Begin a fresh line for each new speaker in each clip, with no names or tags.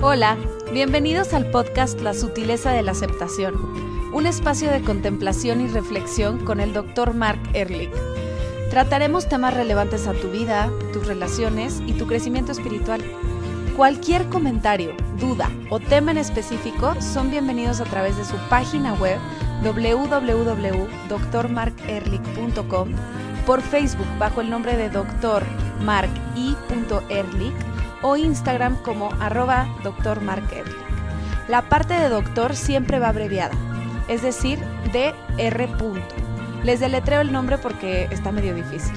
Hola, bienvenidos al podcast La sutileza de la aceptación, un espacio de contemplación y reflexión con el Dr. Mark Ehrlich. Trataremos temas relevantes a tu vida, tus relaciones y tu crecimiento espiritual. Cualquier comentario, duda o tema en específico son bienvenidos a través de su página web www.drmarkehrlich.com, por Facebook bajo el nombre de Dr. Mark I. Ehrlich o Instagram como @Dr. Mark Ehrlich. La parte de doctor siempre va abreviada, es decir, Dr. Les deletreo el nombre porque está medio difícil.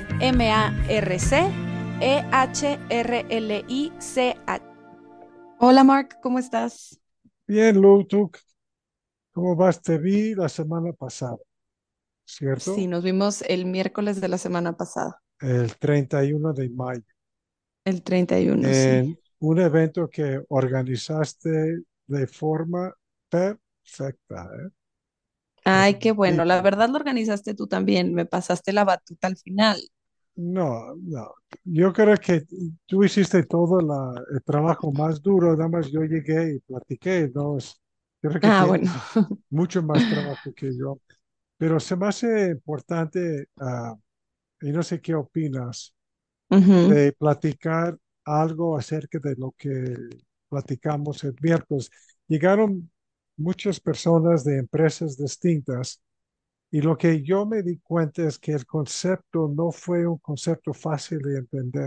MarcEhrlich. Hola Mark, ¿cómo estás?
Bien, Lu, ¿tú cómo vas? Te vi la semana pasada,
Sí,
¿cierto?
nos vimos el miércoles de la semana pasada,
El 31 de mayo,
el 31, sí.
en un evento que organizaste de forma perfecta, ¿eh? Te
Ay, qué bueno. La
felicito.
verdad lo organizaste tú también. Me pasaste la batuta al final.
No, no, yo creo que tú hiciste todo el trabajo más duro, nada más yo llegué y platiqué, ¿no? Creo que
Ah, bueno.
tienes mucho más trabajo que yo, pero se me hace importante, y no sé qué opinas
Ujú.
de platicar algo acerca de lo que platicamos el miércoles. Llegaron muchas personas de empresas distintas y lo que yo me di cuenta es que el concepto no fue un concepto fácil de entender.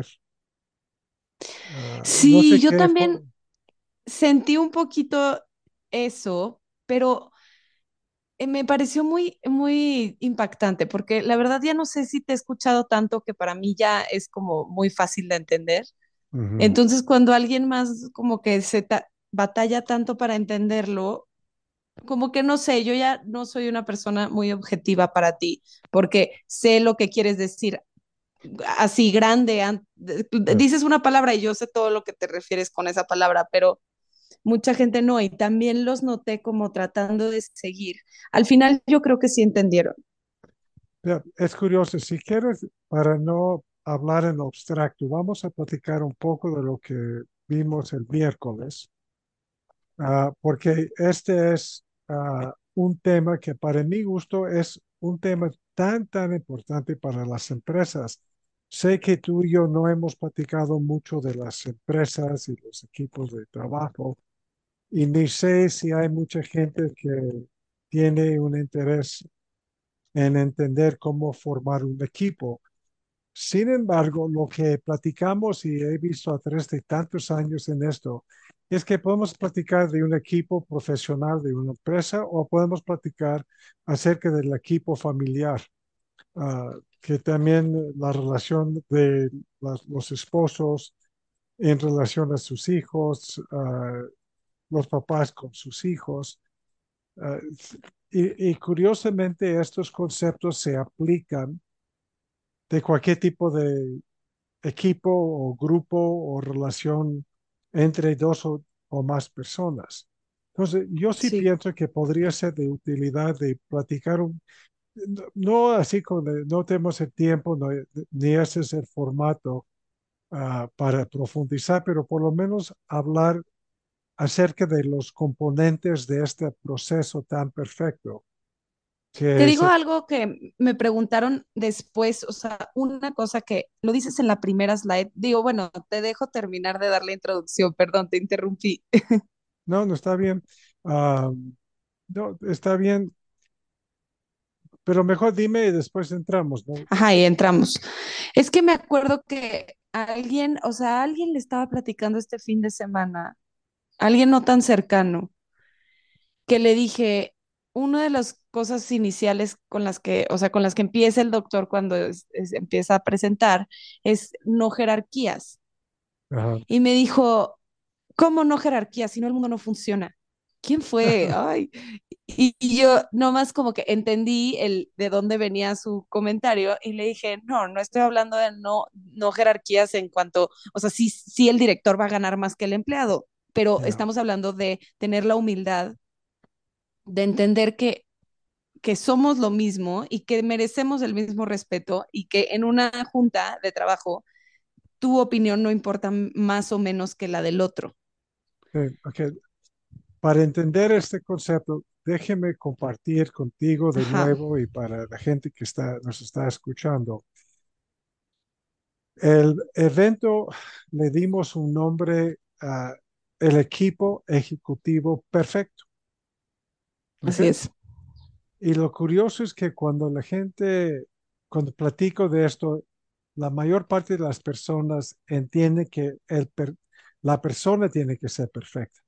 No
Sí,
sé
yo
qué fue.
también sentí un poquito eso, pero me pareció muy impactante, porque la verdad ya no sé si te he escuchado tanto que para mí ya es como muy fácil de entender.
Ujú.
Entonces, cuando alguien más como que batalla tanto para entenderlo, como que no sé, yo ya no soy una persona muy objetiva para ti, porque sé lo que quieres decir así grande. Dices una palabra y yo sé todo lo que te refieres con esa palabra, pero mucha gente no, y también los noté como tratando de seguir. Al final yo creo que sí entendieron.
Ya, es curioso, si quieres, para no hablar en abstracto, vamos a platicar un poco de lo que vimos el miércoles. Porque este es un tema que para mi gusto es un tema tan importante para las empresas. Sé que tú y yo no hemos platicado mucho de las empresas y los equipos de trabajo y ni sé si hay mucha gente que tiene un interés en entender cómo formar un equipo. Sin embargo, lo que platicamos y he visto a través de tantos años en esto es que podemos platicar de un equipo profesional de una empresa o podemos platicar acerca del equipo familiar, que también la relación de los esposos en relación a sus hijos, los papás con sus hijos. ah, y curiosamente estos conceptos se aplican de cualquier tipo de equipo o grupo o relación entre dos o más personas. Entonces, yo sí
Sí.
pienso que podría ser de utilidad de platicar, no así no tenemos el tiempo, ni ese es el formato para profundizar, pero por lo menos hablar acerca de los componentes de este proceso tan perfecto,
Te
que es,
digo algo que me preguntaron después, o sea, una cosa que lo dices en la primera slide. Digo, bueno, te dejo terminar de dar la introducción, perdón, te interrumpí.
no, no está bien, ah, no, está bien, pero mejor dime y después entramos, ¿no?
Ajá, y entramos. Es que me acuerdo que alguien, o sea, alguien le estaba platicando este fin de semana, alguien no tan cercano, que le dije, una de las cosas iniciales con las que, o sea, con las que empieza el doctor cuando empieza a presentar es no jerarquías.
Ajá.
Y me dijo, ¿cómo no jerarquías? Si no, el mundo no funciona. ¿Quién fue? Ay. Y yo nomás como que entendí de dónde venía su comentario y le dije, no, no estoy hablando de no jerarquías en cuanto, o sea, sí el director va a ganar más que el empleado, pero
Ya.
estamos hablando de tener la humildad de entender que somos lo mismo y que merecemos el mismo respeto y que en una junta de trabajo tu opinión no importa más o menos que la del otro.
Ok. Para entender este concepto, déjeme compartir contigo de
Ajá,
nuevo y para la gente que nos está escuchando. El evento le dimos un nombre a el equipo ejecutivo perfecto. ¿Ok?
así es.
Y lo curioso es que cuando platico de esto, la mayor parte de las personas entiende que la persona tiene que ser perfecta.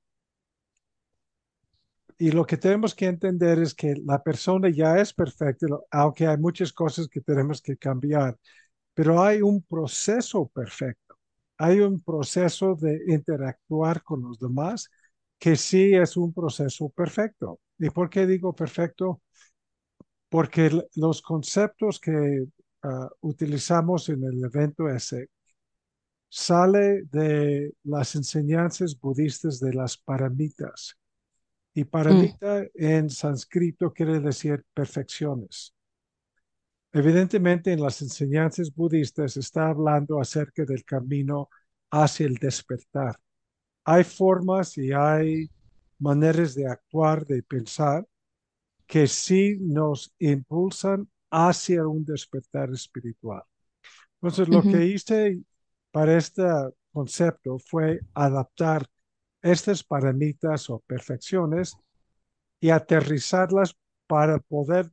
Y lo que tenemos que entender es que la persona ya es perfecta, aunque hay muchas cosas que tenemos que cambiar, pero hay un proceso perfecto. Hay un proceso de interactuar con los demás que sí es un proceso perfecto. ¿Y por qué digo perfecto? Porque los conceptos que utilizamos en el evento ese sale de las enseñanzas budistas de las paramitas. Y
Mm.
paramita en sánscrito quiere decir perfecciones. Evidentemente, en las enseñanzas budistas está hablando acerca del camino hacia el despertar. Hay formas y hay maneras de actuar, de pensar, que sí nos impulsan hacia un despertar espiritual. Entonces, lo
Ujú.
que hice para este concepto fue adaptar estas paramitas o perfecciones y aterrizarlas para poder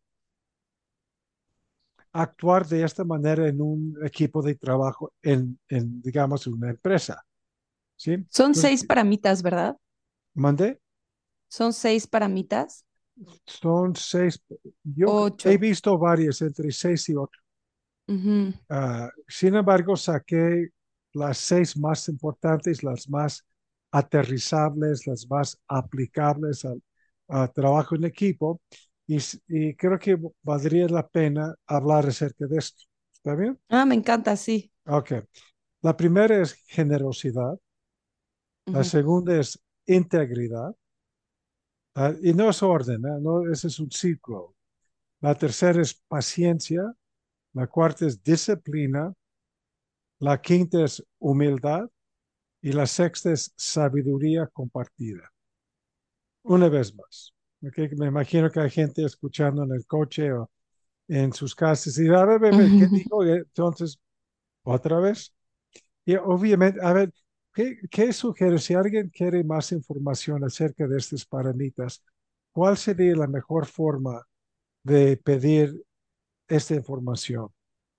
actuar de esta manera en un equipo de trabajo, digamos, una empresa. ¿Sí?
Son
Entonces,
6 paramitas, ¿verdad?
mandé,
Son 6 paramitas.
son seis, yo he
8.
visto varias, entre seis y ocho.
Ujú.
Sin embargo, saqué las seis más importantes, las más aterrizables, las más aplicables al trabajo en equipo, y creo que valdría la pena hablar acerca de esto. ¿Está bien?
Ah, me encanta, sí.
Ok. La primera es generosidad, la
Ujú.
segunda es integridad, y no es orden, no, ese es un ciclo. La tercera es paciencia, la cuarta es disciplina, la quinta es humildad y la sexta es sabiduría compartida. Una vez más, ¿ok? Me imagino que hay gente escuchando en el coche o en sus casas y, a ver, ¿qué dijo? Entonces, otra vez. Y obviamente, a ver, ¿qué sugiere? Si alguien quiere más información acerca de estas paramitas, ¿cuál sería la mejor forma de pedir esta información?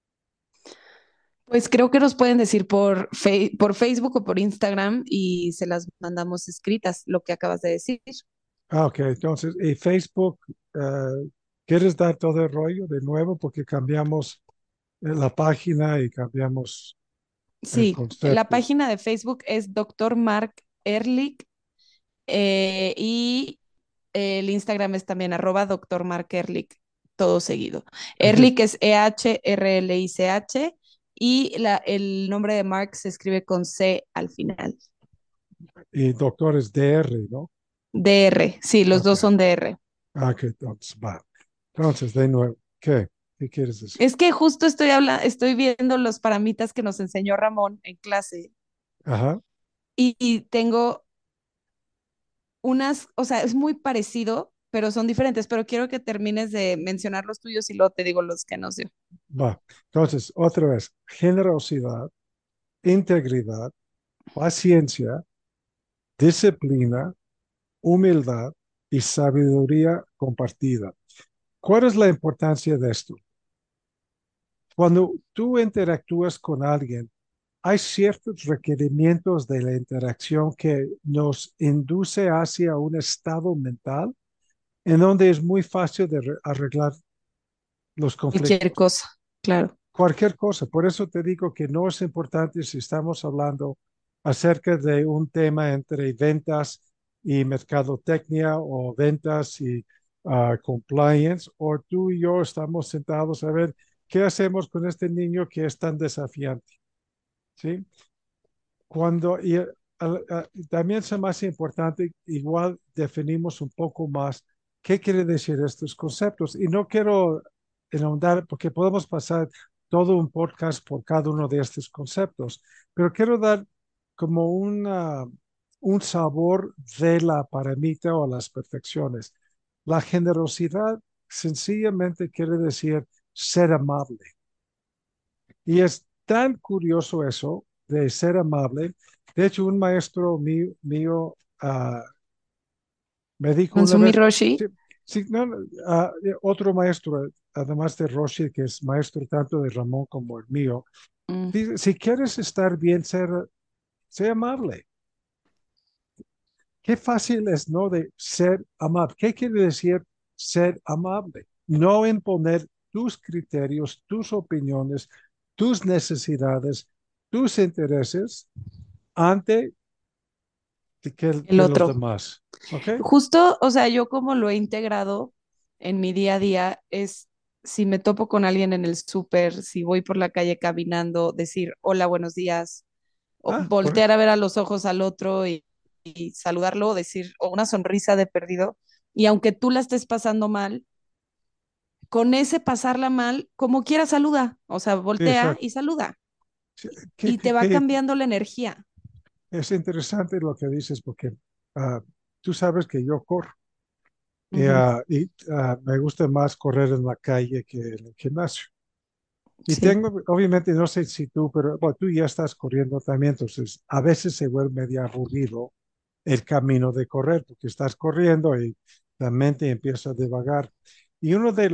Pues creo que nos pueden decir por Facebook o por Instagram y se las mandamos escritas, lo que acabas de decir.
Ok, entonces, y Facebook, ¿quieres dar todo el rollo de nuevo? Porque cambiamos la página y cambiamos el
Sí, la
concepto.
página de Facebook es Doctor Mark Ehrlich, y el Instagram es también @Dr. Mark Ehrlich, todo seguido.
Ok,
Ehrlich es EHRLICH y el nombre de Mark se escribe con C al final.
y doctores DR, ¿no?
DR, sí, los
Ok,
dos son DR.
ok, entonces va. Entonces, de nuevo, ¿qué? ¿Qué quieres decir?
Es que justo estoy viendo los paramitas que nos enseñó Ramón en clase
Ajá,
y tengo unas, o sea, es muy parecido, pero son diferentes, pero quiero que termines de mencionar los tuyos y luego te digo los que nos dio.
va. Entonces, otra vez, generosidad, integridad, paciencia, disciplina, humildad y sabiduría compartida. ¿Cuál es la importancia de esto? Cuando tú interactúas con alguien, hay ciertos requerimientos de la interacción que nos induce hacia un estado mental en donde es muy fácil de arreglar los
Cualquier
conflictos.
cosa, claro.
Cualquier cosa. Por eso te digo que no es importante si estamos hablando acerca de un tema entre ventas y mercadotecnia o ventas y compliance, o tú y yo estamos sentados a ver qué hacemos con este niño que es tan desafiante, ¿sí? También es más importante, igual definimos un poco más qué quiere decir estos conceptos. Y no quiero inundar, porque podemos pasar todo un podcast por cada uno de estos conceptos, pero quiero dar como un sabor de la paramita o las perfecciones. La generosidad sencillamente quiere decir ser amable. Y es tan curioso eso de ser amable. De hecho, un maestro mío me dijo una
Mansumi
vez,
Roshi.
sí, sí, no, no, otro maestro, además de Roshi, que es maestro tanto de Ramón como el mío,
Mm.
dice, si quieres estar bien, sé amable. Qué fácil es, ¿no? De ser amable. ¿Qué quiere decir ser amable? No imponer tus criterios, tus opiniones, tus necesidades, tus intereses ante
El
de los
otro.
demás. ¿Ok?
Justo, o sea, yo como lo he integrado en mi día a día es si me topo con alguien en el súper, si voy por la calle caminando, decir hola, buenos días, o
Ah,
voltear a ver a los ojos al otro y saludarlo, o decir, o una sonrisa de perdido. Y aunque tú la estés pasando mal, con ese pasarla mal, como quiera saluda, o sea,
sí,
voltea
exacto.
y saluda
Sí,
y te va cambiando la energía.
es interesante lo que dices porque ah, tú sabes que yo corro
Ujú.
me gusta más correr en la calle que en el gimnasio. Y
Sí,
tengo, obviamente, no sé si tú, pero bueno, tú ya estás corriendo también, entonces a veces se vuelve medio aburrido el camino de correr, porque estás corriendo y la mente empieza a divagar. Y uno de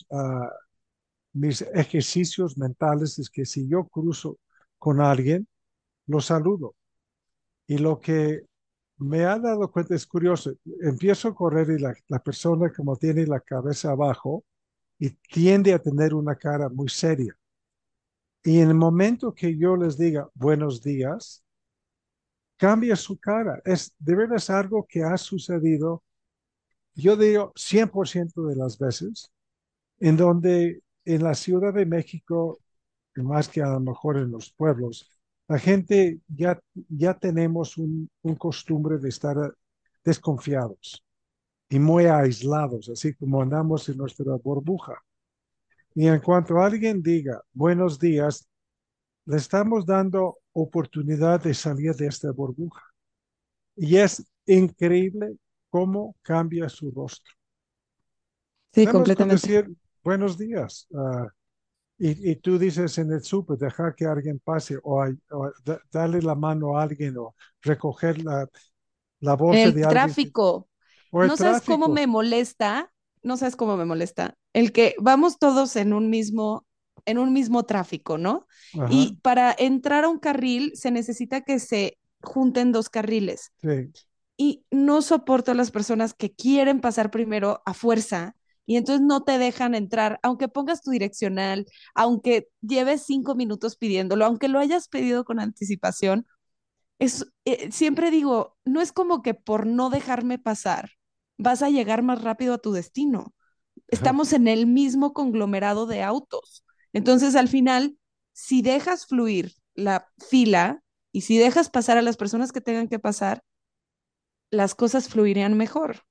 mis ejercicios mentales es que si yo cruzo con alguien, lo saludo. Y lo que me ha dado cuenta es curioso, empiezo a correr y la persona como tiene la cabeza abajo y tiende a tener una cara muy seria. Y en el momento que yo les diga buenos días, cambia su cara. De verdad es algo que ha sucedido, yo digo 100% de las veces, en donde en la Ciudad de México, más que a lo mejor en los pueblos, la gente ya tenemos un costumbre de estar desconfiados y muy aislados, así como andamos en nuestra burbuja. Y en cuanto alguien diga buenos días, le estamos dando oportunidad de salir de esta burbuja. Y es increíble cómo cambia su rostro.
sí,
Nada más con
completamente.
decir buenos días. Y tú dices en el súper, dejar que alguien pase o darle la mano a alguien o recoger la bolsa
El
de alguien
tráfico,
o el
no sabes cómo
tráfico.
me molesta, no sabes cómo me molesta, el que vamos todos en un mismo tráfico, ¿no?
Ajá,
Y para entrar a un carril se necesita que se junten dos carriles.
sí,
Y no soporto a las personas que quieren pasar primero a fuerza y entonces no te dejan entrar, aunque pongas tu direccional, aunque lleves 5 minutos pidiéndolo, aunque lo hayas pedido con anticipación, siempre digo, no es como que por no dejarme pasar vas a llegar más rápido a tu destino.
ajá,
Estamos en el mismo conglomerado de autos. Entonces, al final, si dejas fluir la fila y si dejas pasar a las personas que tengan que pasar, las cosas fluirían mejor.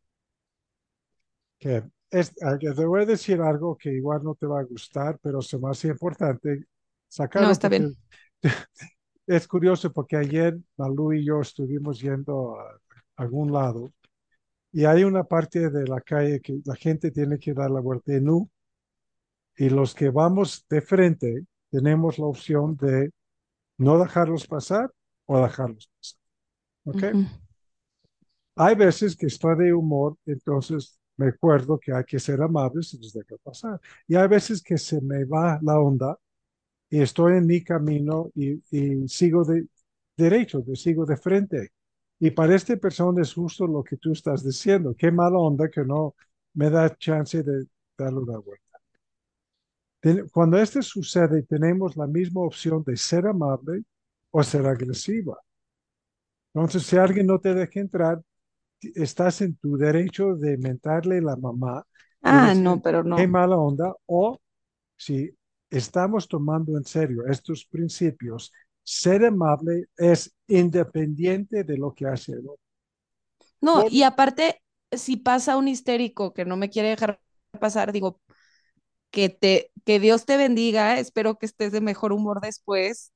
que te voy a decir algo que igual no te va a gustar, pero es más importante
No,
sacarlo
está
porque
bien.
es curioso porque ayer Malú y yo estuvimos yendo a algún lado y hay una parte de la calle que la gente tiene que dar la vuelta en U y los que vamos de frente tenemos la opción de no dejarlos pasar o dejarlos pasar. ¿Ok?
Ujú.
Hay veces que estoy de humor, entonces me acuerdo que hay que ser amables y los dejo pasar. Y hay veces que se me va la onda y estoy en mi camino y sigo derecho, sigo de frente. Y para esta persona es justo lo que tú estás diciendo. Qué mala onda que no me da chance de darle una vuelta. Cuando esto sucede, tenemos la misma opción de ser amable o ser agresiva. Entonces, si alguien no te deja entrar, estás en tu derecho de mentarle la mamá y
Ah, no,
decir,
pero
qué
no.
mala onda, o si estamos tomando en serio estos principios, ser amable es independiente de lo que hace el otro.
No,
Por-
y aparte, si pasa un histérico que no me quiere dejar pasar, digo, que Dios te bendiga, espero que estés de mejor humor después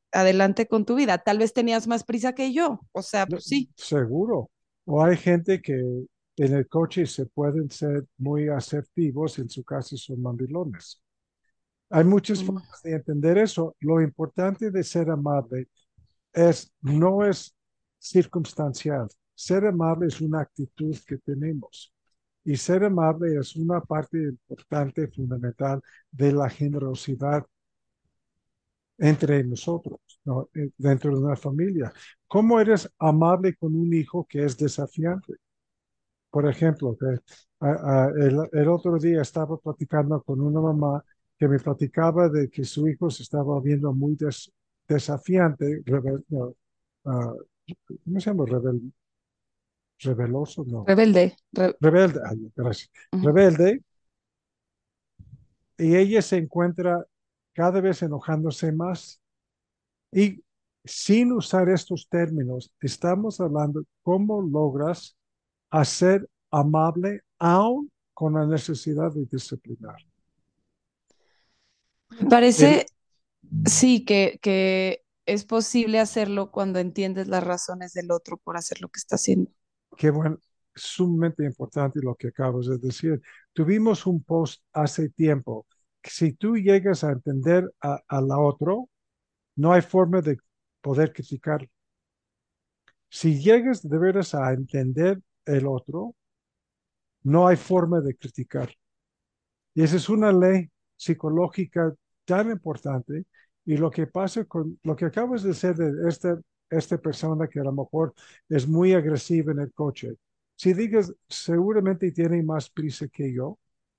adelante con tu vida. Tal vez tenías más prisa que yo, o sea,
No,
pues sí.
seguro. O hay gente que en el coche se pueden ser muy asertivos, en su caso son mandilones. Hay muchas
Mm.
formas de entender eso. Lo importante de ser amable no es circunstancial. Ser amable es una actitud que tenemos. Y ser amable es una parte importante, fundamental de la generosidad entre nosotros, ¿no? Dentro de una familia. ¿Cómo eres amable con un hijo que es desafiante? Por ejemplo, el otro día estaba platicando con una mamá que me platicaba de que su hijo se estaba viendo muy desafiante, no, ah, ¿cómo se llama? Rebeloso, no.
Rebelde.
Rebelde, ay, gracias.
Ujú.
Rebelde, y ella se encuentra cada vez enojándose más. Y sin usar estos términos, estamos hablando cómo logras hacer amable aún con la necesidad de disciplinar.
Me
El,
parece, sí, que es posible hacerlo cuando entiendes las razones del otro por hacer lo que está haciendo.
qué bueno, sumamente importante lo que acabas de decir. Tuvimos un post hace tiempo. Si tú llegas a entender a la otro, no hay forma de poder criticar. Si llegas de veras a entender el otro, no hay forma de criticar. Y esa es una ley psicológica tan importante. Y lo que pasa con lo que acabas de decir de esta persona que a lo mejor es muy agresiva en el coche, si digas seguramente tiene más prisa que yo,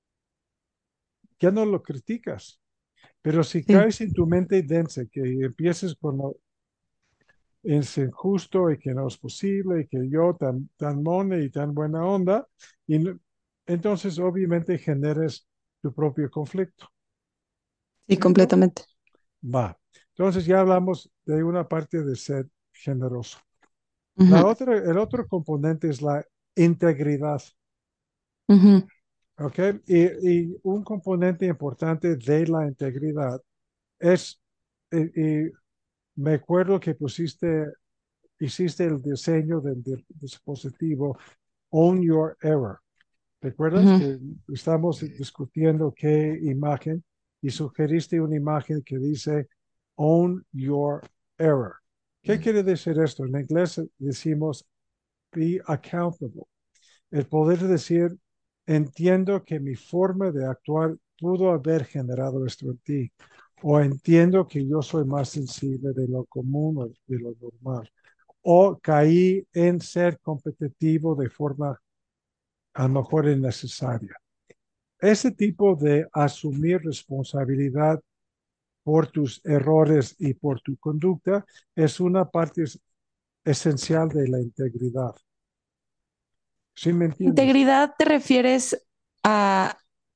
ya no lo criticas. Pero si
Sí.
caes en tu mente densa, que empieces con lo es injusto y que no es posible y que yo tan mone y tan buena onda, y entonces obviamente generes tu propio conflicto.
Sí,
¿Sí, no?
completamente.
Va. Entonces ya hablamos de una parte de ser generoso.
Ujú,
El otro componente es la integridad,
ujú.
¿ok? Y un componente importante de la integridad es, y me acuerdo que hiciste el diseño del dispositivo Own Your Error. ¿Te acuerdas
Ujú.
que estamos discutiendo qué imagen y sugeriste una imagen que dice Own Your Error? ¿Qué quiere decir esto? En inglés decimos be accountable. El poder decir, entiendo que mi forma de actuar pudo haber generado esto en ti. O entiendo que yo soy más sensible de lo común o de lo normal. O caí en ser competitivo de forma a lo mejor innecesaria. Ese tipo de asumir responsabilidad por tus errores y por tu conducta es una parte esencial de la integridad. ¿Sí me entiendes?
Integridad te refieres a,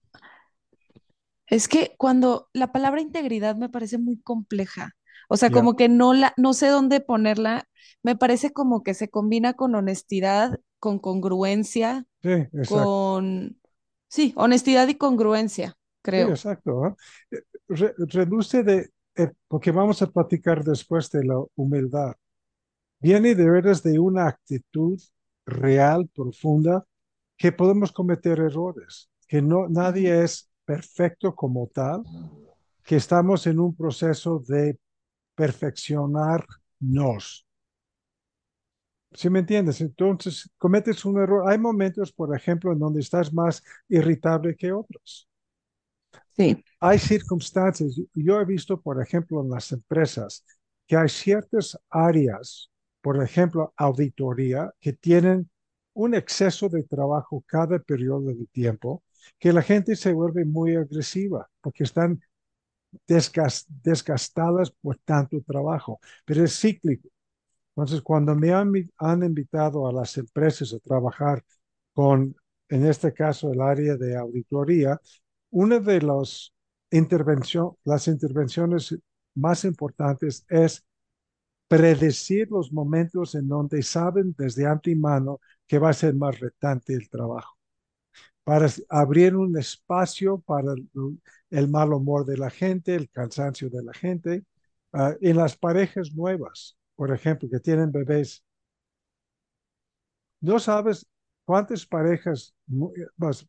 es que cuando la palabra integridad me parece muy compleja, o sea,
Ya.
como que no sé dónde ponerla, me parece como que se combina con honestidad, con congruencia,
Sí, exacto.
con, sí, honestidad y congruencia,
Sí,
creo.
exacto. Reduce porque vamos a platicar después de la humildad. Viene de veras de una actitud real, profunda, que podemos cometer errores, que no,
Ujú.
nadie es perfecto como tal, que estamos en un proceso de perfeccionarnos. ¿Sí me entiendes? Entonces, cometes un error. Hay momentos, por ejemplo, en donde estás más irritable que otros.
Sí.
Hay circunstancias, yo he visto, por ejemplo, en las empresas, que hay ciertas áreas, por ejemplo, auditoría, que tienen un exceso de trabajo cada periodo de tiempo, que la gente se vuelve muy agresiva porque están desgastadas por tanto trabajo, pero es cíclico. Entonces, cuando han invitado a las empresas a trabajar con, en este caso, el área de auditoría, una de las intervenciones más importantes es predecir los momentos en donde saben desde antemano que va a ser más retante el trabajo, para abrir un espacio para el mal humor de la gente, el cansancio de la gente, En las parejas nuevas, por ejemplo, que tienen bebés, no sabes cuántas parejas pues,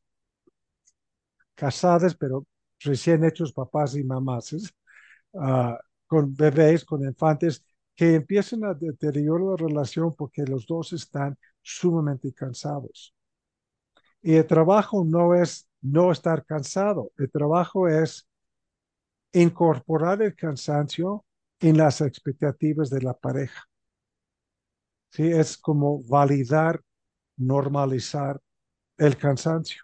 casadas, pero recién hechos papás y mamás, ah, con bebés, con infantes, que empiezan a deteriorar la relación porque los dos están sumamente cansados. Y el trabajo no es no estar cansado, el trabajo es incorporar el cansancio en las expectativas de la pareja. ¿Sí? Es como validar, normalizar el cansancio.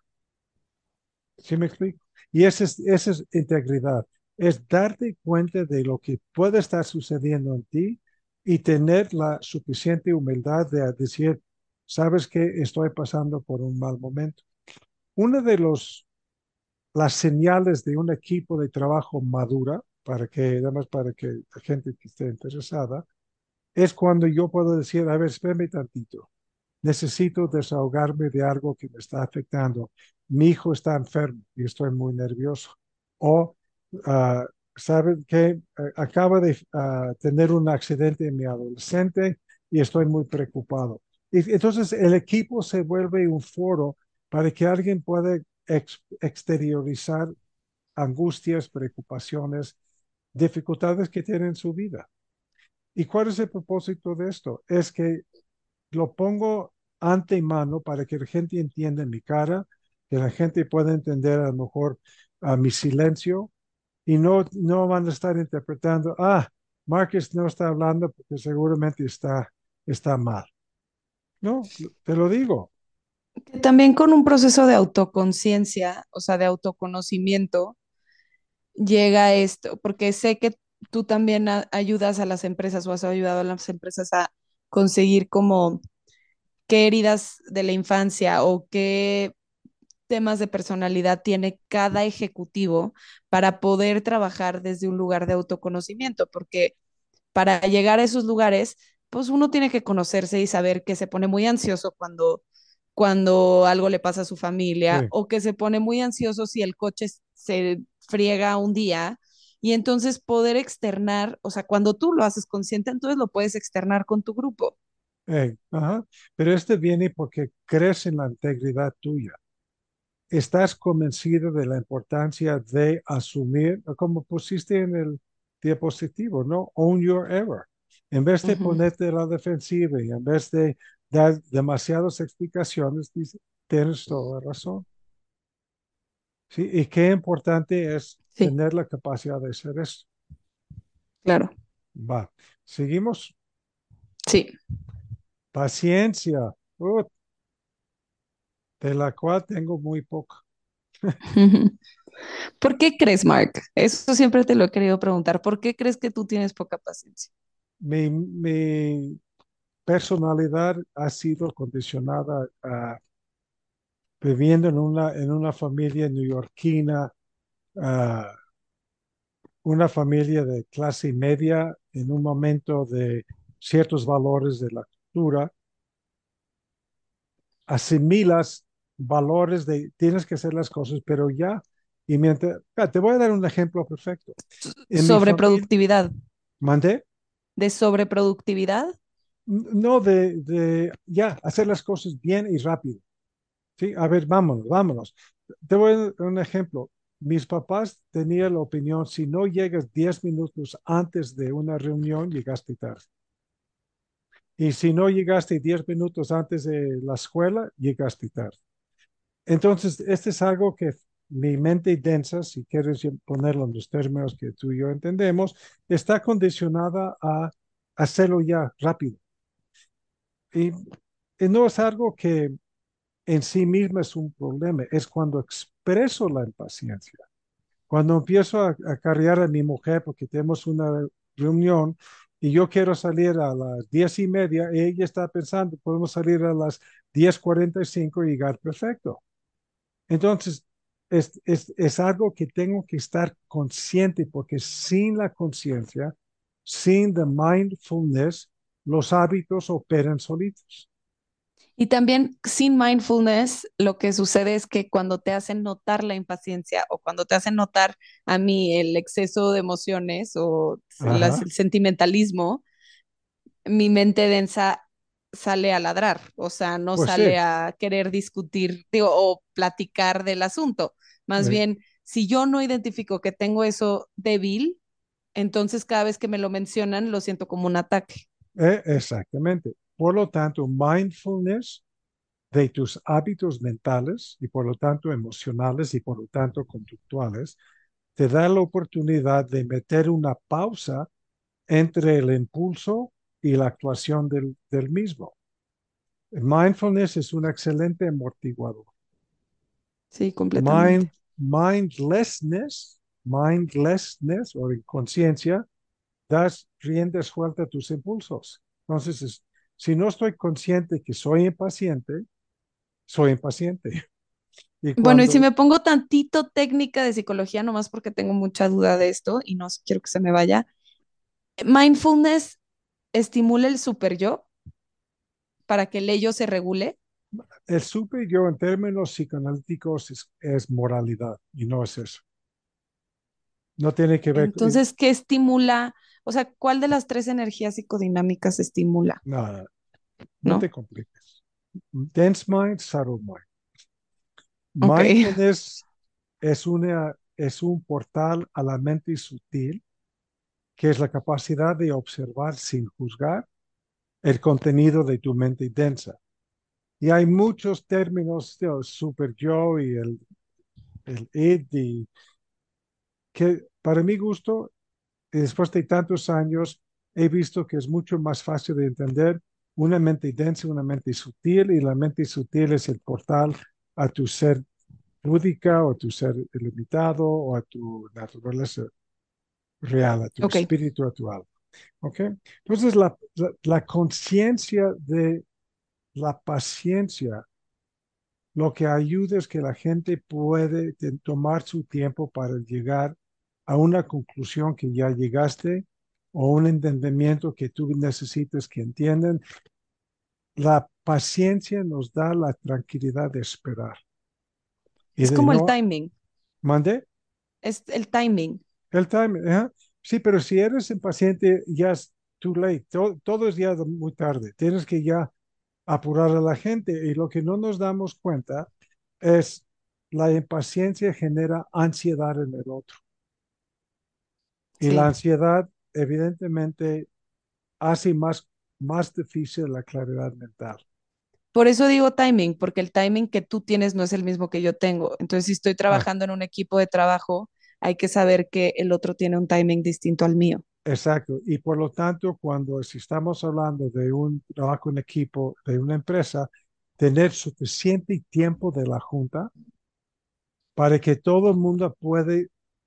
¿Sí me explico? Y esa es integridad, es darte cuenta de lo que puede estar sucediendo en ti y tener la suficiente humildad de decir, sabes que estoy pasando por un mal momento. Una de las señales de un equipo de trabajo madura, además para que la gente que esté interesada, es cuando yo puedo decir, a ver, espérame tantito, necesito desahogarme de algo que me está afectando. Mi hijo está enfermo y estoy muy nervioso. O, uh, ¿saben qué? Acaba de tener un accidente en mi adolescente y estoy muy preocupado. Y entonces el equipo se vuelve un foro para que alguien pueda exteriorizar angustias, preocupaciones, dificultades que tiene en su vida. ¿Y cuál es el propósito de esto? Es que lo pongo ante mano para que la gente entienda mi cara, que la gente pueda entender a lo mejor mi silencio y no van a estar interpretando, Márquez no está hablando porque seguramente está mal. No, te lo digo.
Que también con un proceso de autoconciencia, o sea, de autoconocimiento, llega esto, porque sé que tú también ayudas a las empresas o has ayudado a las empresas a conseguir como qué heridas de la infancia o qué temas de personalidad tiene cada ejecutivo para poder trabajar desde un lugar de autoconocimiento, porque para llegar a esos lugares, pues uno tiene que conocerse y saber que se pone muy ansioso cuando algo le pasa a su familia
Sí.
o que se pone muy ansioso si el coche se friega un día. Y entonces poder externar, o sea, cuando tú lo haces consciente, entonces lo puedes externar con tu grupo.
Ajá. Pero este viene porque crees en la integridad tuya. Estás convencido de la importancia de asumir, como pusiste en el diapositivo, ¿no? Own your error. En vez de
Ujú.
ponerte a la defensiva y en vez de dar demasiadas explicaciones, dice, tienes toda la razón. ¿Sí? Y qué importante es
Sí,
tener la capacidad de hacer esto.
claro.
Va, seguimos.
Sí.
Paciencia, de la cual tengo muy poca.
¿Por qué crees, Mark? Eso siempre te lo he querido preguntar. ¿Por qué crees que tú tienes poca paciencia?
Mi personalidad ha sido condicionada a viviendo en una familia neoyorquina, ah, una familia de clase media, en un momento de ciertos valores de la cultura, asimilas valores de tienes que hacer las cosas, pero ya, y mientras, te voy a dar un ejemplo perfecto. En mi familia,
Sobreproductividad.
mandé,
¿De sobreproductividad?
no de ya, hacer las cosas bien y rápido. Sí, a ver, vámonos, vámonos. Te voy a dar un ejemplo. Mis papás tenían la opinión, si no llegas 10 minutos antes de una reunión, llegaste tarde. Y si no llegaste 10 minutos antes de la escuela, llegaste tarde. Entonces, este es algo que mi mente densa, si quieres ponerlo en los términos que tú y yo entendemos, está condicionada a hacerlo ya rápido. Y, y no es algo que en sí mismo es un problema, es cuando expreso la impaciencia. Cuando empiezo a cargar a mi mujer porque tenemos una reunión y yo quiero salir a las 10:30, y ella está pensando, podemos salir a las 10:45 y llegar perfecto. Entonces, es algo que tengo que estar consciente porque sin la conciencia, sin the mindfulness, los hábitos operan solitos.
Y también sin mindfulness, lo que sucede es que cuando te hacen notar la impaciencia o cuando te hacen notar a mí el exceso de emociones o
Ajá,
el sentimentalismo, mi mente densa sale a ladrar, o sea, no
pues sí.
sale a querer discutir, digo, o platicar del asunto. Más
eh,
bien, si yo no identifico que tengo eso débil, entonces cada vez que me lo mencionan lo siento como un ataque.
exactamente. Por lo tanto, mindfulness de tus hábitos mentales y por lo tanto emocionales y por lo tanto conductuales, te da la oportunidad de meter una pausa entre el impulso y la actuación del mismo. Mindfulness es un excelente amortiguador.
Sí, completamente.
Mindlessness o inconsciencia, das rienda suelta a tus impulsos. Entonces, si no estoy consciente que soy impaciente, soy impaciente. Y
Bueno, y si
cuando,
me pongo tantito técnica de psicología, nomás porque tengo mucha duda de esto y no quiero que se me vaya, mindfulness estimula el super yo para que el ello se regule.
el super yo en términos psicoanalíticos es moralidad y no es eso. No tiene que ver con
Entonces, ¿qué estimula? O sea, ¿cuál de las tres energías psicodinámicas estimula?
nada, no te
¿No?
compliques. Dense mind, subtle mind.
Ok.
Mindfulness es un portal a la mente sutil, que es la capacidad de observar sin juzgar el contenido de tu mente densa. Y hay muchos términos, super yo y el id, y que para mi gusto, y después de tantos años, he visto que es mucho más fácil de entender una mente densa, una mente sutil, y la mente sutil es el portal a tu ser lúdica o a tu ser ilimitado o a tu naturaleza real, a tu
Ok.
espíritu, a tu alma. ¿Ok? Entonces, la conciencia de la paciencia lo que ayuda es que la gente puede tomar su tiempo para llegar a una conclusión que ya llegaste o un entendimiento que tú necesites que entiendan. La paciencia nos da la tranquilidad de esperar y
Es
de
como el
no
timing.
mande
Es el timing.
el time. Ajá. Sí, pero si eres impaciente, ya es too late. Todo es ya muy tarde. Tienes que ya apurar a la gente y lo que no nos damos cuenta es la impaciencia genera ansiedad en el otro y la
Sí.
ansiedad evidentemente hace más difícil la claridad mental.
Por eso digo timing, porque el timing que tú tienes no es el mismo que yo tengo. Entonces, si estoy
Ah,
trabajando en un equipo de trabajo, hay que saber que el otro tiene un timing distinto al mío.
exacto. Y por lo tanto, si estamos hablando de un trabajo en equipo de una empresa, tener suficiente tiempo de la junta para que todo el mundo puede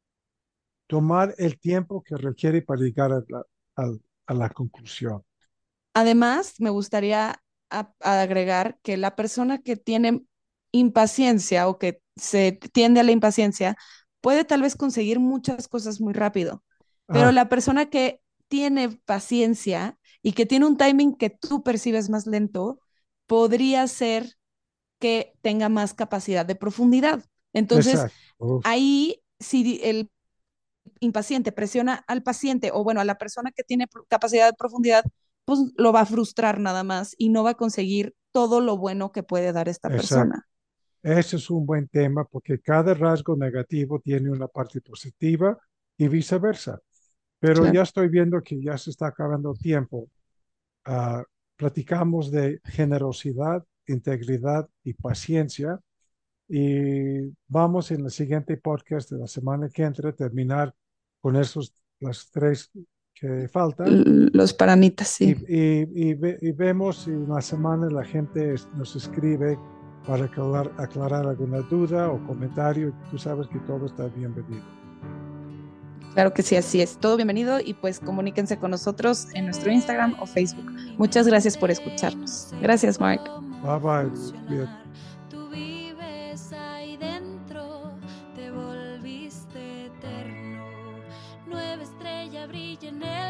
tomar el tiempo que requiere para llegar a la conclusión.
Además, me gustaría a agregar que la persona que tiene impaciencia o que se tiende a la impaciencia puede tal vez conseguir muchas cosas muy rápido, pero
Ah,
la persona que tiene paciencia y que tiene un timing que tú percibes más lento, podría ser que tenga más capacidad de profundidad. Entonces,
exacto. Uf,
ahí, si el impaciente presiona al paciente o bueno, a la persona que tiene capacidad de profundidad, pues lo va a frustrar nada más y no va a conseguir todo lo bueno que puede dar esta
exacto.
persona.
Ese es un buen tema porque cada rasgo negativo tiene una parte positiva y viceversa. Pero ya
Claro.
estoy viendo que ya se está acabando tiempo. Ah, platicamos de generosidad, integridad y paciencia y vamos en el siguiente podcast de la semana que entra a terminar con esos, las tres que faltan
Los paramitas, sí.
y vemos si en la semana la gente nos escribe para aclarar alguna duda o comentario. Tú sabes que todo está bienvenido.
Claro que sí, así es. Todo bienvenido y pues comuníquense con nosotros en nuestro Instagram o Facebook. Muchas gracias por escucharnos. Gracias, Mark.
Bye bye, Ruth. Cuídate.
Tú vives ahí dentro, te volviste eterno. Nueva estrella brilla en el